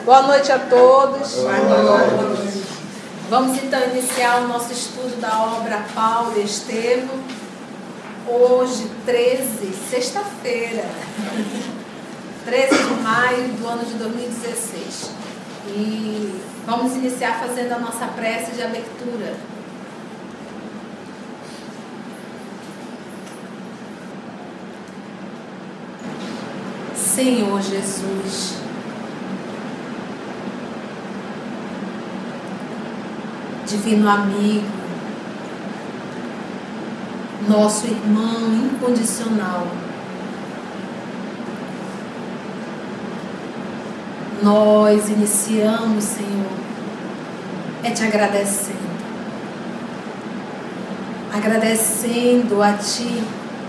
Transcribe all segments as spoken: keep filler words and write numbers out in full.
Boa noite a todos. Boa noite. Vamos então iniciar o nosso estudo da obra Paulo e Estevão. Hoje, treze, sexta-feira, treze de maio do ano de dois mil e dezesseis. E vamos iniciar fazendo a nossa prece de abertura. Senhor Jesus, divino amigo, nosso irmão incondicional, nós iniciamos, Senhor, é te agradecendo, agradecendo a Ti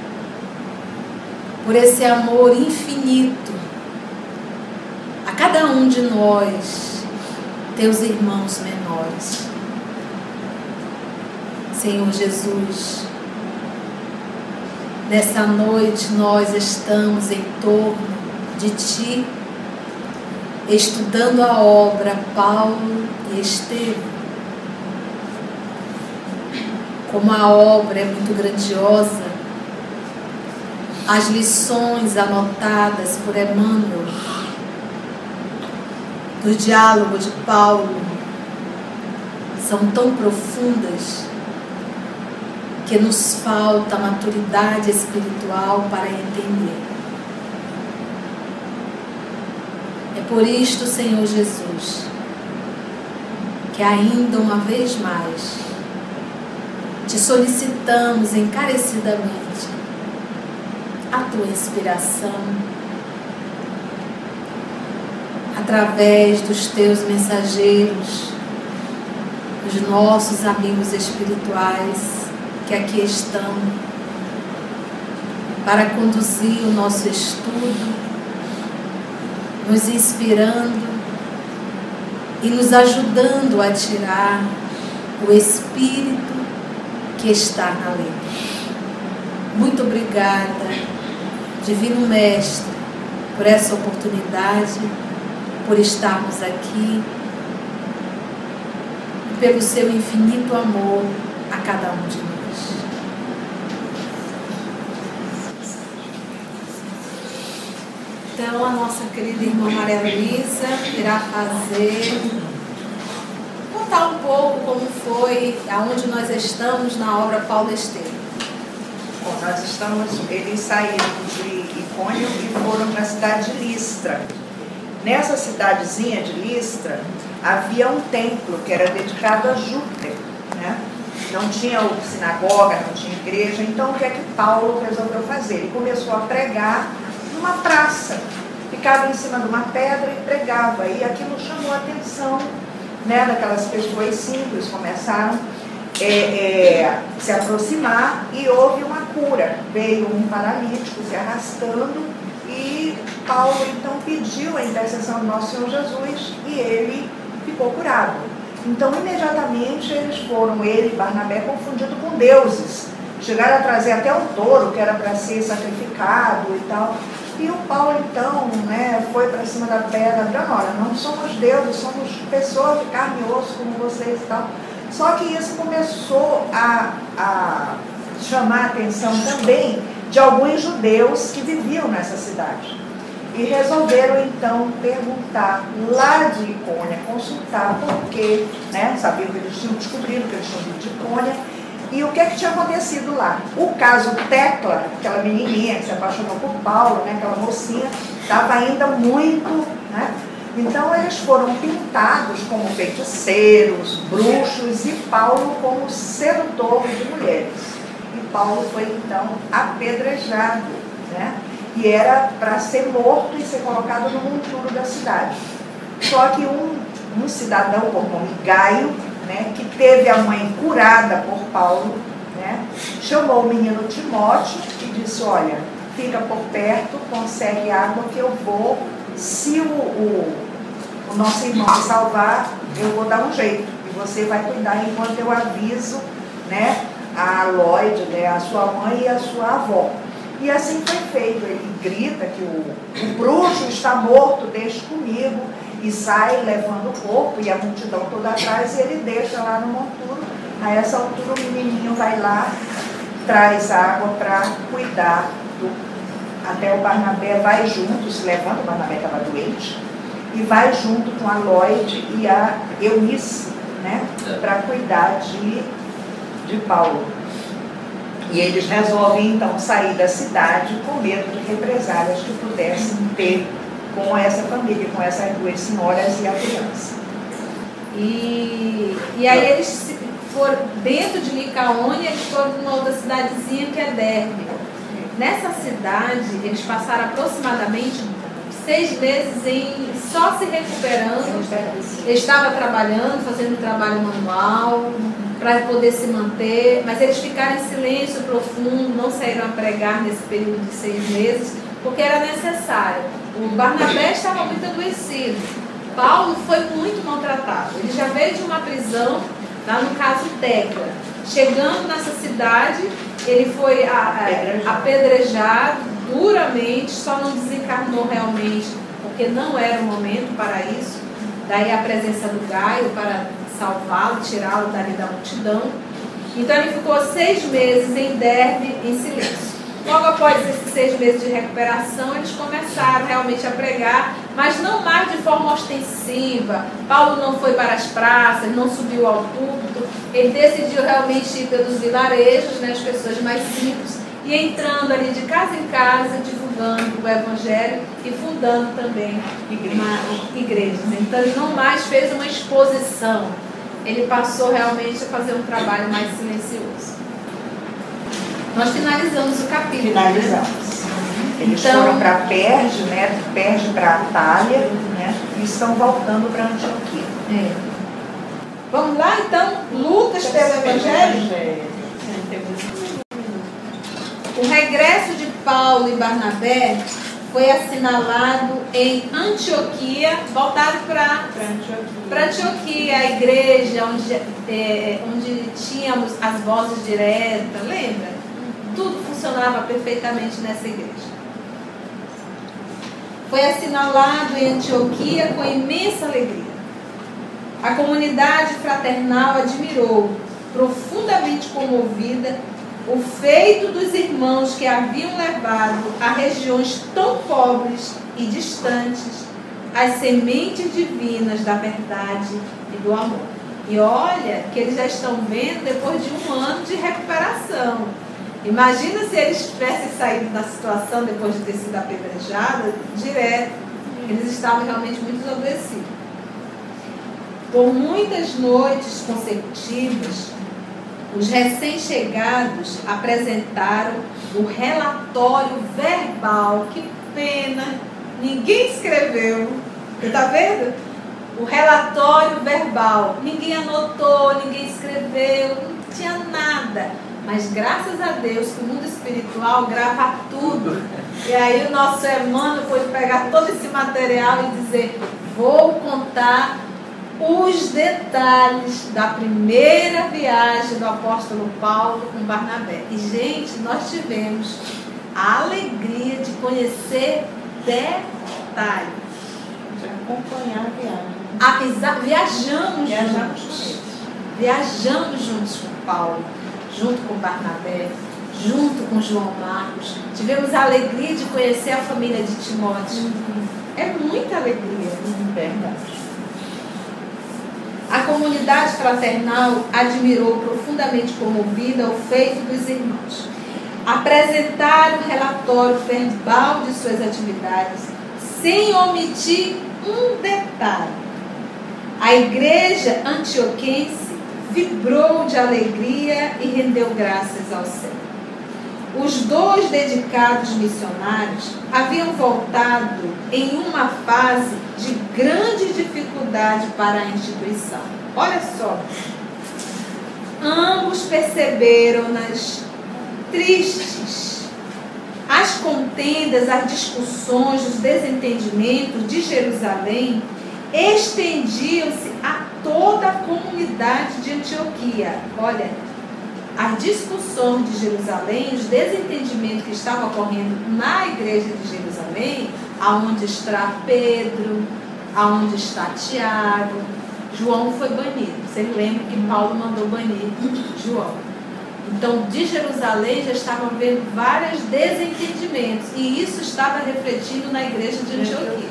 por esse amor infinito a cada um de nós, teus irmãos menores. Senhor Jesus, nessa noite nós estamos em torno de Ti, estudando a obra Paulo e Estevão. Como a obra é muito grandiosa, as lições anotadas por Emmanuel do diálogo de Paulo são tão profundas que nos falta maturidade espiritual para entender. É por isto, Senhor Jesus, que ainda uma vez mais te solicitamos encarecidamente a tua inspiração através dos teus mensageiros, dos nossos amigos espirituais que aqui estão para conduzir o nosso estudo, nos inspirando e nos ajudando a tirar o espírito que está na letra. Muito obrigada, Divino Mestre, por essa oportunidade, por estarmos aqui e pelo seu infinito amor a cada um de nós. Então, a nossa querida irmã Maria Luísa irá fazer, contar um pouco como foi, aonde nós estamos na obra Paulo e Estevão. Bom, nós estamos, eles saíram de Icônio e foram para a cidade de Listra. Nessa cidadezinha de Listra havia um templo que era dedicado a Júpiter, né? Não tinha sinagoga, não tinha igreja. Então o que é que Paulo resolveu fazer? Ele começou a pregar numa praça, ficava em cima de uma pedra e pregava, e aquilo chamou a atenção, né, daquelas pessoas simples. Começaram É, é, se aproximar e houve uma cura. Veio um paralítico se arrastando e Paulo então pediu a intercessão do nosso Senhor Jesus e ele ficou curado. Então imediatamente eles foram, ele e Barnabé, confundido com deuses, chegaram a trazer até um touro que era para ser sacrificado e tal. E o Paulo então, né, foi para cima da pedra, dizendo: olha, não somos deuses, somos pessoas de carne e osso como vocês e tal. Só que isso começou a, a chamar a atenção também de alguns judeus que viviam nessa cidade. E resolveram então perguntar lá de Icônia, consultar por quê, né? Sabiam que eles tinham descobrido que eles tinham vindo de Icônia. E o que é que tinha acontecido lá? O caso Tecla, aquela menininha que se apaixonou por Paulo, né? Aquela mocinha, estava ainda muito, né? Então eles foram pintados como feiticeiros, bruxos, e Paulo como sedutor de mulheres. E Paulo foi então apedrejado, né? E era para ser morto e ser colocado no monturo da cidade. Só que um, um cidadão por nome Gaio, né, que teve a mãe curada por Paulo, né, chamou o menino Timóteo e disse: olha, fica por perto, consegue água que eu vou, se o, o o nosso irmão se salvar, eu vou dar um jeito, e você vai cuidar enquanto eu aviso, né, a Lloyd, né, a sua mãe e a sua avó. E assim foi feito. Ele grita que o, o bruxo está morto, deixe comigo. e sai levando o corpo e a multidão toda atrás, e ele deixa lá no monturo. A essa altura o menininho vai lá, traz água para cuidar do... Até o Barnabé vai junto, se levanta, o Barnabé estava doente, e vai junto com a Lloyd e a Eunice, né, para cuidar de, de Paulo. E eles resolvem então sair da cidade com medo de represálias que pudessem ter com essa família, com essas duas senhoras e a criança. E, e aí eles foram dentro de Licaônia, eles foram para uma outra cidadezinha que é Derbe. Nessa cidade eles passaram aproximadamente seis meses em só se recuperando. Ele estava trabalhando, fazendo trabalho manual para poder se manter, mas eles ficaram em silêncio profundo, não saíram a pregar nesse período de seis meses, porque era necessário. O Barnabé estava muito adoecido. Paulo foi muito maltratado. Ele já veio de uma prisão, lá no caso Tecla. Chegando nessa cidade, ele foi a, a, apedrejado duramente, só não desencarnou realmente, porque não era o momento para isso. Daí a presença do Gaio para salvá-lo, tirá-lo dali da multidão. Então ele ficou seis meses em Derbe em silêncio. Logo após esses seis meses de recuperação, eles começaram realmente a pregar, mas não mais de forma ostensiva. Paulo não foi para as praças, não subiu ao púlpito. Ele decidiu realmente ir pelos vilarejos, né, as pessoas mais simples, e entrando ali de casa em casa, divulgando o Evangelho e fundando também uma igreja. Então ele não mais fez uma exposição, ele passou realmente a fazer um trabalho mais silencioso. Nós finalizamos o capítulo. Finalizamos. Né? Eles então, foram para Perge, né? Perge para Atália, né? E estão voltando para Antioquia. É. Vamos lá então? Lucas pelo Evangelho. O regresso de Paulo e Barnabé foi assinalado em Antioquia, voltado para Antioquia. Antioquia, a igreja onde, é, onde tínhamos as vozes diretas, lembra? Tudo funcionava perfeitamente nessa igreja. Foi assinalado em Antioquia com imensa alegria. A comunidade fraternal admirou, profundamente comovida, o feito dos irmãos que haviam levado a regiões tão pobres e distantes as sementes divinas da verdade e do amor. E olha que eles já estão vendo depois de um ano de recuperação. Imagina se eles tivessem saído da situação depois de ter sido apedrejados direto. Eles estavam realmente muito adoecidos. Por muitas noites consecutivas, os recém-chegados apresentaram o relatório verbal. Que pena, ninguém escreveu. Você está vendo? O relatório verbal. Ninguém anotou, ninguém escreveu, não tinha nada. Mas graças a Deus que o mundo espiritual grava tudo. E aí o nosso Emmanuel pôde pegar todo esse material e dizer: vou contar os detalhes da primeira viagem do apóstolo Paulo com Barnabé. E, gente, nós tivemos a alegria de conhecer detalhes. De acompanhar a viagem. A, viajamos, viajamos juntos. Viajamos juntos com Paulo, junto com Barnabé, junto com João Marcos. Tivemos a alegria de conhecer a família de Timóteo. Uhum. É muita alegria. Uhum. Verdade. A comunidade fraternal admirou profundamente comovida o feito dos irmãos. Apresentaram o relatório verbal de suas atividades, sem omitir um detalhe. A igreja antioquense vibrou de alegria e rendeu graças ao céu. Os dois dedicados missionários haviam voltado em uma fase de grande dificuldade para a instituição. Olha só. Ambos perceberam-nas tristes. As contendas, as discussões, os desentendimentos de Jerusalém estendiam-se a toda a comunidade de Antioquia. Olha, as discussões de Jerusalém, os desentendimentos que estavam ocorrendo na igreja de Jerusalém, aonde está Pedro, aonde está Tiago. João foi banido. Vocês lembram que Paulo mandou banir João. Então, de Jerusalém já estavam havendo vários desentendimentos. E isso estava refletindo na igreja de Antioquia.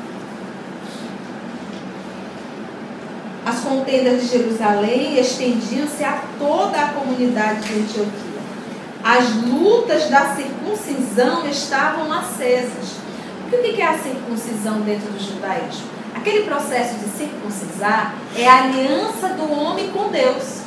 As contendas de Jerusalém estendiam-se a toda a comunidade de Antioquia. As lutas da circuncisão estavam acesas. O que é a circuncisão dentro do judaísmo? Aquele processo de circuncisar é a aliança do homem com Deus.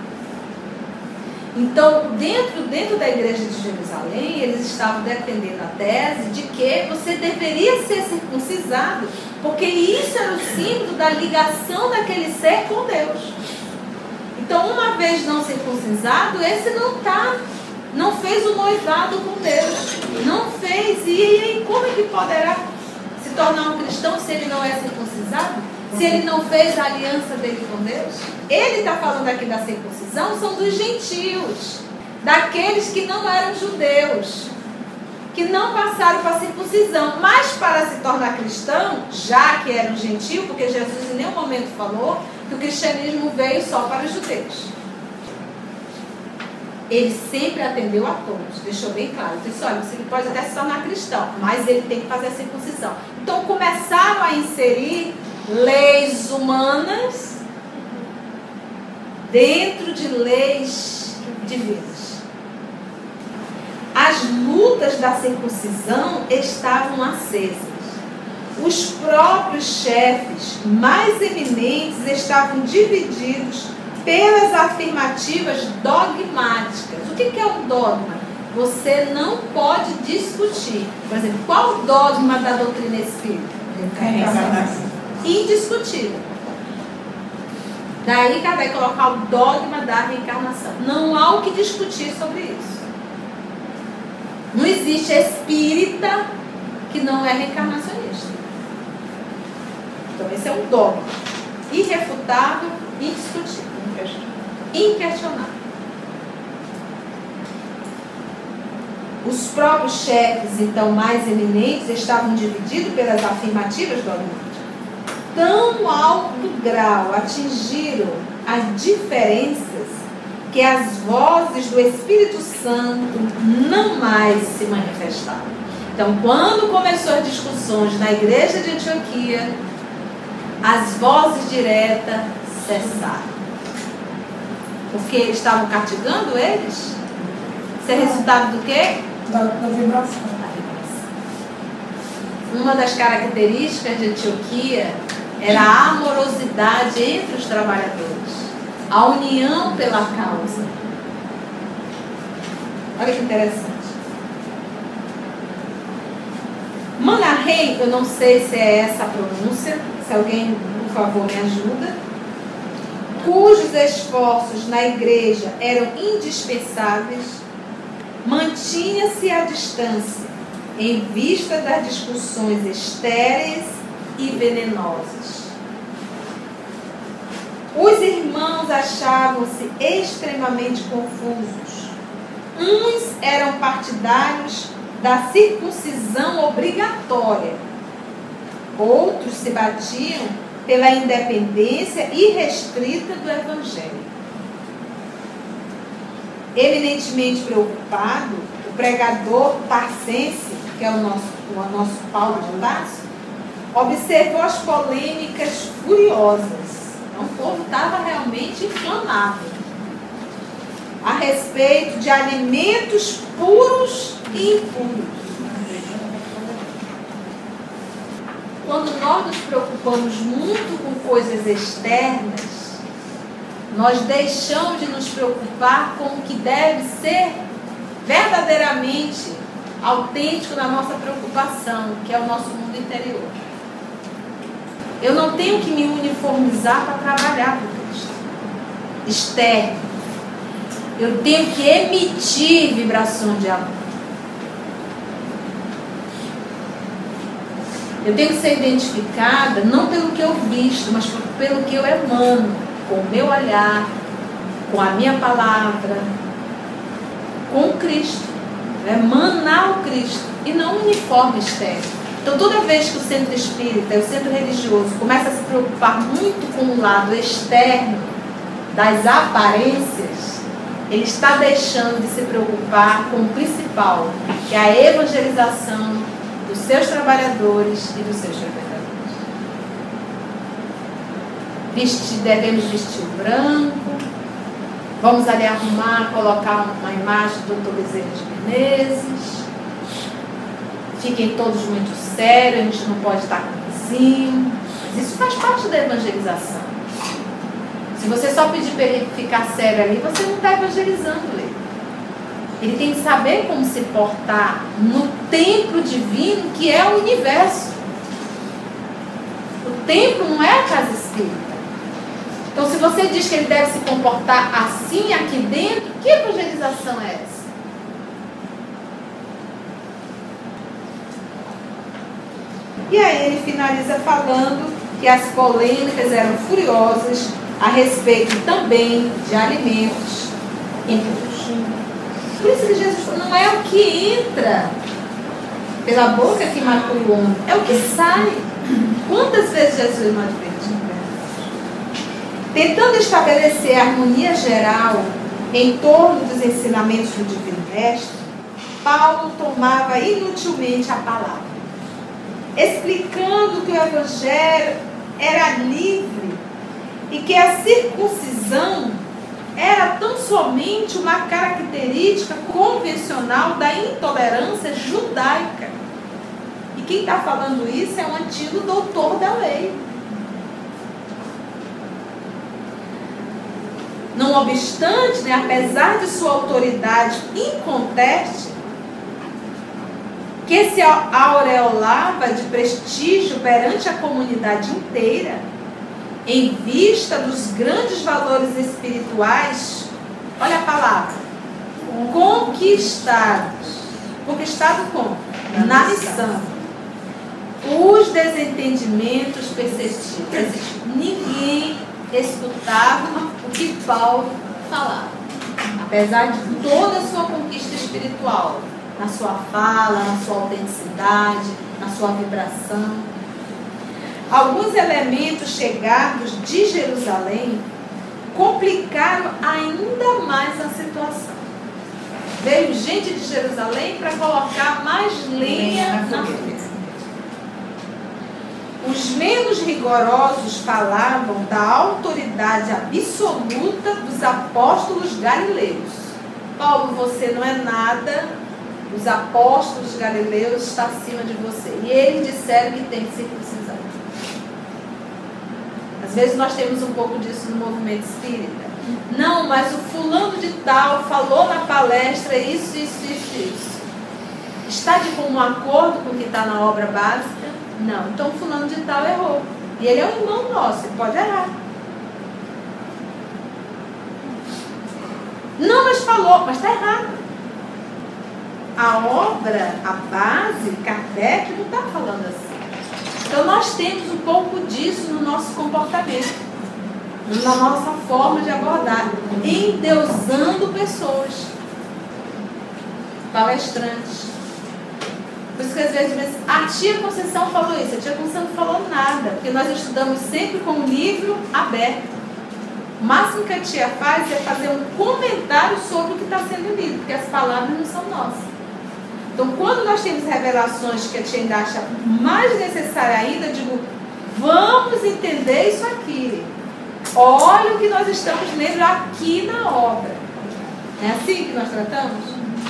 Então, dentro, dentro da igreja de Jerusalém, eles estavam defendendo a tese de que você deveria ser circuncisado, porque isso era o símbolo da ligação daquele ser com Deus. Então, uma vez não circuncisado, esse não está, não fez o noivado com Deus, não fez, e aí como é que poderá se tornar um cristão se ele não é circuncisado? Se ele não fez a aliança dele com Deus? Ele está falando aqui da circuncisão, são dos gentios, daqueles que não eram judeus, que não passaram para a circuncisão, mas para se tornar cristão, já que era um gentio, porque Jesus em nenhum momento falou que o cristianismo veio só para os judeus. Ele sempre atendeu a todos, deixou bem claro. Ele disse, olha, você pode até se tornar cristão, mas ele tem que fazer a circuncisão. Então começaram a inserir leis humanas dentro de leis divinas. As lutas da circuncisão estavam acesas. Os próprios chefes mais eminentes estavam divididos pelas afirmativas dogmáticas. O que é um dogma? Você não pode discutir. Por exemplo, qual o dogma da doutrina espírita? Indiscutível. Daí Kardec colocar o dogma da reencarnação. Não há o que discutir sobre isso. Não existe espírita que não é reencarnacionista. Então esse é um dogma irrefutável, indiscutível, inquestionável. Os próprios chefes, então, mais eminentes, estavam divididos pelas afirmativas dogmáticas. Tão alto grau atingiram as diferenças que as vozes do Espírito Santo não mais se manifestavam. Então, quando começou as discussões na igreja de Antioquia, as vozes diretas cessaram. Porque estavam castigando eles? Isso é resultado do quê? Da, da vibração. Uma das características de Antioquia era a amorosidade entre os trabalhadores, a união pela causa. Olha que interessante. Manahei, eu não sei se é essa a pronúncia, se alguém, por favor, me ajuda, cujos esforços na igreja eram indispensáveis, mantinha-se à distância em vista das discussões estéreis e venenosas. Os irmãos achavam-se extremamente confusos. Uns eram partidários da circuncisão obrigatória, outros se batiam pela independência irrestrita do Evangelho. Eminentemente preocupado, o pregador tarcense, que é o nosso, o nosso Paulo de Tarso, observou as polêmicas furiosas. Então, o povo estava realmente inflamado a respeito de alimentos puros e impuros. Quando nós nos preocupamos muito com coisas externas, nós deixamos de nos preocupar com o que deve ser verdadeiramente autêntico na nossa preocupação, que é o nosso mundo interior. Eu não tenho que me uniformizar para trabalhar para Cristo. Externo. Eu tenho que emitir vibração de amor. Eu tenho que ser identificada não pelo que eu visto, mas pelo que eu emano, com o meu olhar, com a minha palavra, com o Cristo. Emanar o Cristo e não o uniforme externo. Então, toda vez que o centro espírita, o centro religioso, começa a se preocupar muito com o lado externo das aparências, ele está deixando de se preocupar com o principal, que é a evangelização dos seus trabalhadores e dos seus frequentadores. Vestir, devemos vestir o branco, vamos ali arrumar, colocar uma imagem do doutor Bezerra de Menezes. Fiquem todos muito sérios, a gente não pode estar com o vizinho. Mas isso faz parte da evangelização. Se você só pedir para ele ficar sério ali, você não está evangelizando ele. Ele tem que saber como se portar no templo divino que é o universo. O templo não é a casa espírita. Então, se você diz que ele deve se comportar assim aqui dentro, que evangelização é essa? E aí ele finaliza falando que as polêmicas eram furiosas a respeito também de alimentos impuros. Por isso que Jesus falou, não é o que entra pela boca que mata o homem, é o que sai. Quantas vezes Jesus não advertiu? Tentando estabelecer a harmonia geral em torno dos ensinamentos do Divino Mestre, Paulo tomava inutilmente a palavra, explicando que o Evangelho era livre e que a circuncisão era tão somente uma característica convencional da intolerância judaica. E quem está falando isso é um antigo doutor da lei. Não obstante, né, apesar de sua autoridade inconteste, que se aureolava de prestígio perante a comunidade inteira, em vista dos grandes valores espirituais, olha a palavra, conquistados. Conquistado como? Na missão. Os desentendimentos persistiam. Ninguém escutava o que Paulo falava. Apesar de toda a sua conquista espiritual, na sua fala, na sua autenticidade, na sua vibração. Alguns elementos chegados de Jerusalém complicaram ainda mais a situação. Veio gente de Jerusalém para colocar mais lenha na fogueira. Os menos rigorosos falavam da autoridade absoluta dos apóstolos galileus. Paulo, você não é nada, os apóstolos galileus estão acima de você. E eles disseram que tem que circuncisar. Às vezes nós temos um pouco disso no movimento espírita. Não, mas o fulano de tal falou na palestra isso, isso, isso, isso. Está de comum acordo com o que está na obra básica? Não. Então o fulano de tal errou. E ele é um irmão nosso, ele pode errar. Não, mas falou, mas está errado. A obra, a base, Kardec não está falando assim. Então nós temos um pouco disso no nosso comportamento, na nossa forma de abordar, endeusando pessoas, palestrantes. Por isso que às vezes a tia Conceição falou isso, a tia Conceição não falou nada, porque nós estudamos sempre com o livro aberto. O máximo que a tia faz é fazer um comentário sobre o que está sendo lido, porque as palavras não são nossas. Então, quando nós temos revelações que a tia ainda acha mais necessária ainda, eu digo, vamos entender isso aqui. Olha o que nós estamos lendo aqui na obra. É assim que nós tratamos?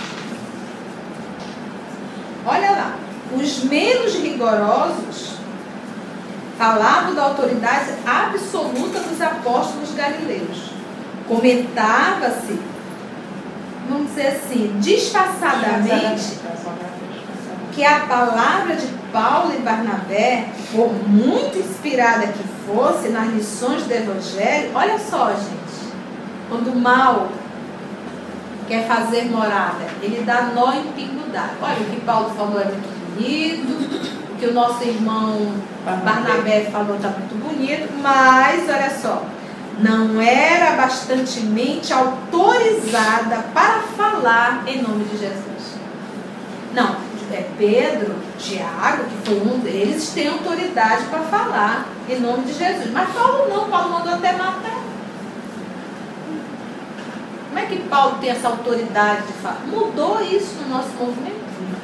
Olha lá. Os menos rigorosos falavam da autoridade absoluta dos apóstolos galileus. Comentava-se, vamos dizer assim, disfarçadamente, que a palavra de Paulo e Barnabé, por muito inspirada que fosse nas lições do Evangelho, olha só, gente, quando o mal quer fazer morada, ele dá nó em pingo d'água. Olha, o que Paulo falou é muito bonito, o que o nosso irmão Barnabé falou está muito bonito, mas olha só, não era bastantemente autorizada para falar em nome de Jesus. Não, é, Pedro, Tiago, que foi um deles, têm autoridade para falar em nome de Jesus. Mas Paulo não, Paulo mandou até matar. Como é que Paulo tem essa autoridade de falar? Mudou isso no nosso movimento?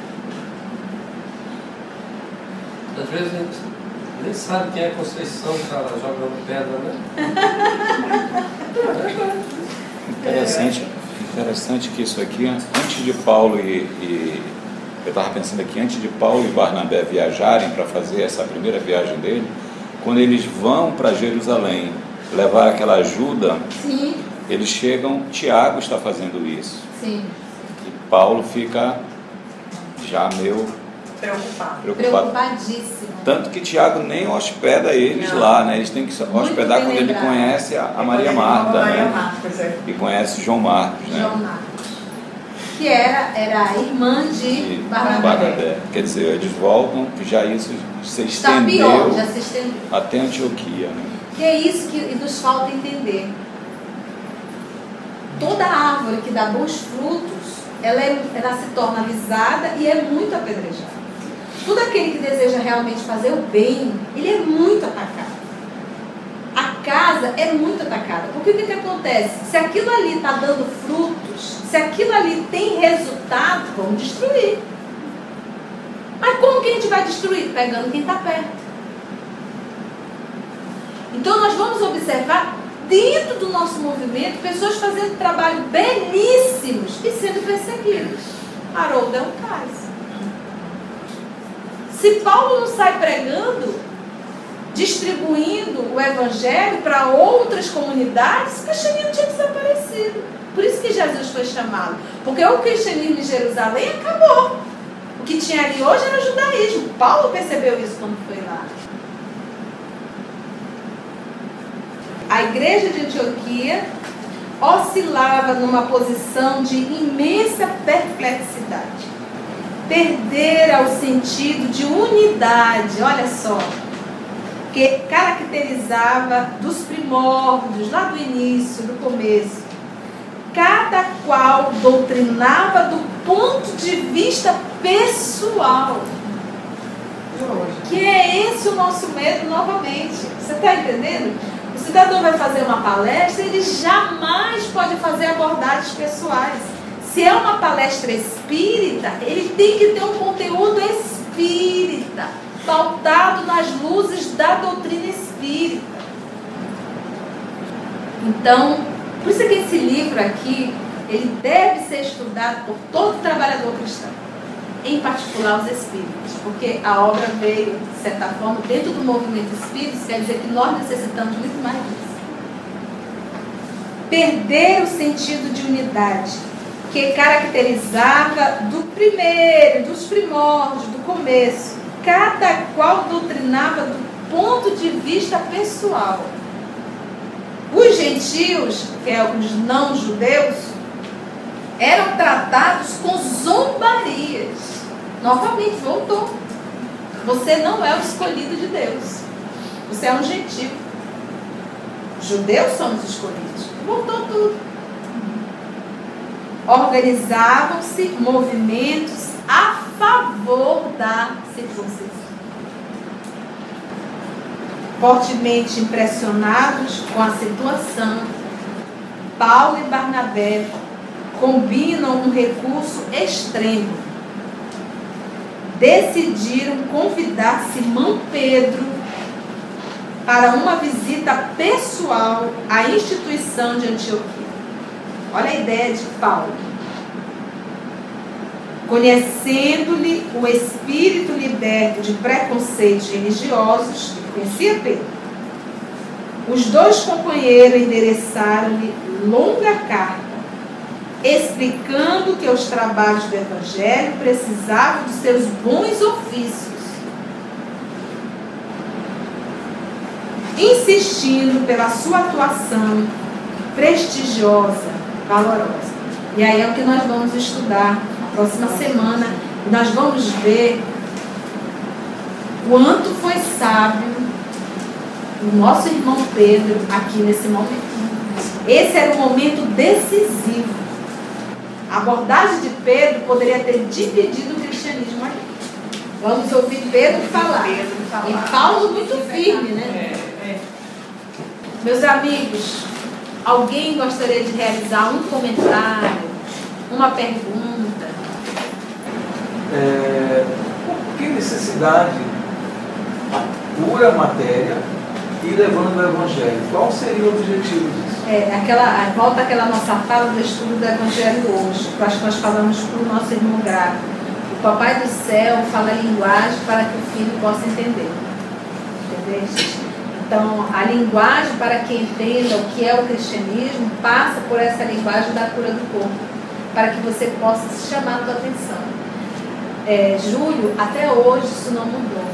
Às vezes a gente nem sabe quem é a Conceição, cara, jogando pedra, né? Interessante, interessante que isso aqui, antes de Paulo e, e eu estava pensando aqui, antes de Paulo e Barnabé viajarem para fazer essa primeira viagem dele, quando eles vão para Jerusalém levar aquela ajuda, sim, eles chegam, Tiago está fazendo isso. Sim. E Paulo fica já meio Preocupado. preocupado. Preocupadíssimo. Tanto que Tiago nem hospeda eles Não. lá, né? Eles têm que hospedar quando ele lembrado. conhece a, a Maria Quando ele Marta, fala Maria né? Marcos, é. E conhece João Marcos, né? João Marcos. Que era, era a irmã de E Barnabé. Barnabé. Quer dizer, eles voltam, que já isso se Está estendeu pior, já se estendeu. até Antioquia, né? Que é isso que nos falta entender. Toda árvore que dá bons frutos, ela, é, ela se torna alisada e é muito apedrejada. Todo aquele que deseja realmente fazer o bem, ele é muito atacado. A casa é muito atacada. Porque o que, que acontece? Se aquilo ali está dando frutos, se aquilo ali tem resultado, vamos destruir. Mas como que a gente vai destruir? Pegando quem está perto. Então nós vamos observar dentro do nosso movimento pessoas fazendo trabalho belíssimos e sendo perseguidos. Haroldo é um caso. Se Paulo não sai pregando, distribuindo o evangelho para outras comunidades, o cristianismo tinha desaparecido. Por isso que Jesus foi chamado. Porque o cristianismo em Jerusalém acabou. O que tinha ali hoje era o judaísmo. Paulo percebeu isso quando foi lá. A igreja de Antioquia oscilava numa posição de imensa perplexidade. Perdera o sentido de unidade, olha só, que caracterizava dos primórdios, lá do início, do começo. Cada qual doutrinava do ponto de vista pessoal. Que é esse o nosso medo novamente. Você está entendendo? O cidadão vai fazer uma palestra, ele jamais pode fazer abordagens pessoais. Se é uma palestra espírita, ele tem que ter um conteúdo espírita, pautado nas luzes da doutrina espírita. Então, por isso que esse livro aqui, ele deve ser estudado por todo trabalhador cristão, em particular os espíritos, porque a obra veio, de certa forma, dentro do movimento espírita, quer dizer que nós necessitamos muito mais disso. Perder o sentido de unidade, que caracterizava do primeiro, dos primórdios, do começo. Cada qual doutrinava do ponto de vista pessoal. Os gentios, que é os não-judeus, eram tratados com zombarias. Novamente, voltou. Você não é o escolhido de Deus. Você é um gentio. Os judeus somos escolhidos. Voltou tudo. Organizavam-se movimentos a favor da circuncisão. Fortemente impressionados com a situação, Paulo e Barnabé combinam um recurso extremo. Decidiram convidar Simão Pedro para uma visita pessoal à instituição de Antioquia. Olha a ideia de Paulo. Conhecendo-lhe o espírito liberto de preconceitos religiosos, conhecia Pedro, os dois companheiros endereçaram-lhe longa carta, explicando que os trabalhos do Evangelho precisavam de seus bons ofícios, insistindo pela sua atuação prestigiosa, valorosa. E aí é o que nós vamos estudar na próxima semana. Nós vamos ver quanto foi sábio o nosso irmão Pedro aqui nesse momento. Esse era um momento decisivo. A abordagem de Pedro poderia ter dividido o cristianismo aqui. Vamos ouvir Pedro falar. Pedro falar. E Paulo muito firme, né? É, é. Meus amigos, alguém gostaria de realizar um comentário, uma pergunta? É, por que necessidade a pura matéria e levando o Evangelho? Qual seria o objetivo disso? É, aquela, volta àquela nossa fala do estudo do Evangelho hoje, que eu acho que nós falamos para o nosso irmão Graco. O Papai do Céu fala a linguagem para que o filho possa entender. Entendeu? Então, a linguagem para que entenda o que é o cristianismo passa por essa linguagem da cura do corpo, para que você possa chamar a sua atenção. É, Júlio, até hoje isso não mudou.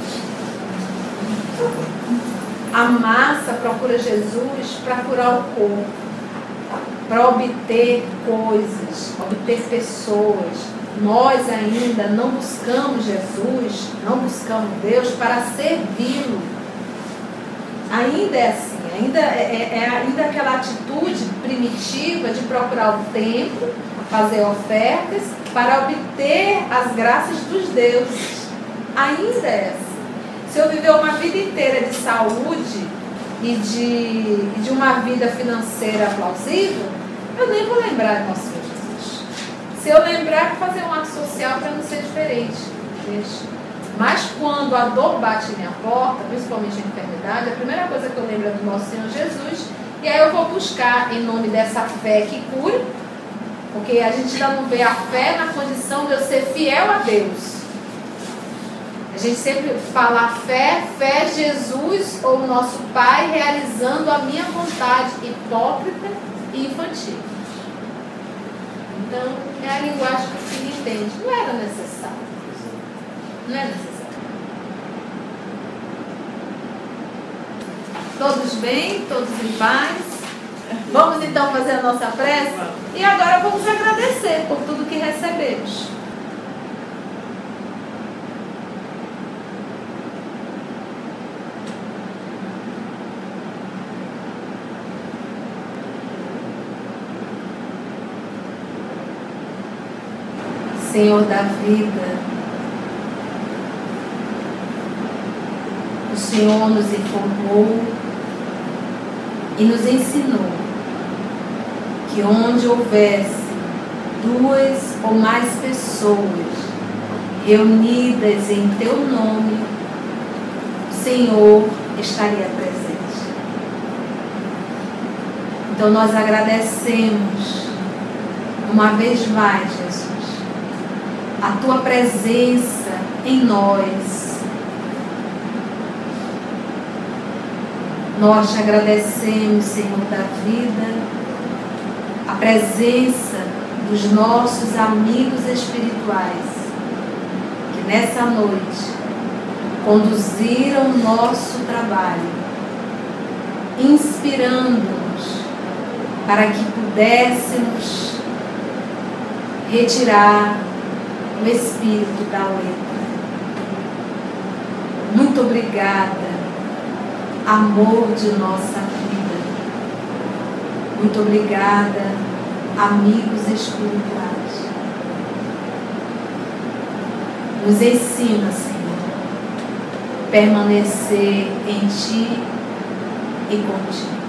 A massa procura Jesus para curar o corpo, para obter coisas, obter pessoas. Nós ainda não buscamos Jesus, não buscamos Deus para servi-lo. Ainda é assim, ainda é, é ainda aquela atitude primitiva de procurar o templo, fazer ofertas para obter as graças dos deuses. Ainda é assim. Se eu viver uma vida inteira de saúde e de, e de uma vida financeira plausível, eu nem vou lembrar de nosso Senhor Jesus. Se eu lembrar, vou fazer um ato social para não ser diferente. Veja. Mas quando a dor bate em minha porta, principalmente a enfermidade, a primeira coisa que eu lembro é do nosso Senhor Jesus, e aí eu vou buscar em nome dessa fé que cura, porque a gente ainda não vê a fé na condição de eu ser fiel a Deus. A gente sempre fala fé, fé, Jesus ou o nosso Pai realizando a minha vontade, hipócrita e infantil. Então, é a linguagem que o filho entende. Não era necessário. Não é necessário. Todos bem? Todos em paz? Vamos então fazer a nossa prece? E agora vamos agradecer por tudo que recebemos. Senhor da vida, o Senhor nos informou e nos ensinou que onde houvesse duas ou mais pessoas reunidas em Teu nome, o Senhor estaria presente. Então nós agradecemos uma vez mais, Jesus, a Tua presença em nós. Nós te agradecemos, Senhor da vida, a presença dos nossos amigos espirituais, que nessa noite conduziram o nosso trabalho, inspirando-nos para que pudéssemos retirar o espírito da letra. Muito obrigada, amor de nossa vida. Muito obrigada, amigos espirituais. Nos ensina, Senhor, permanecer em Ti e contigo.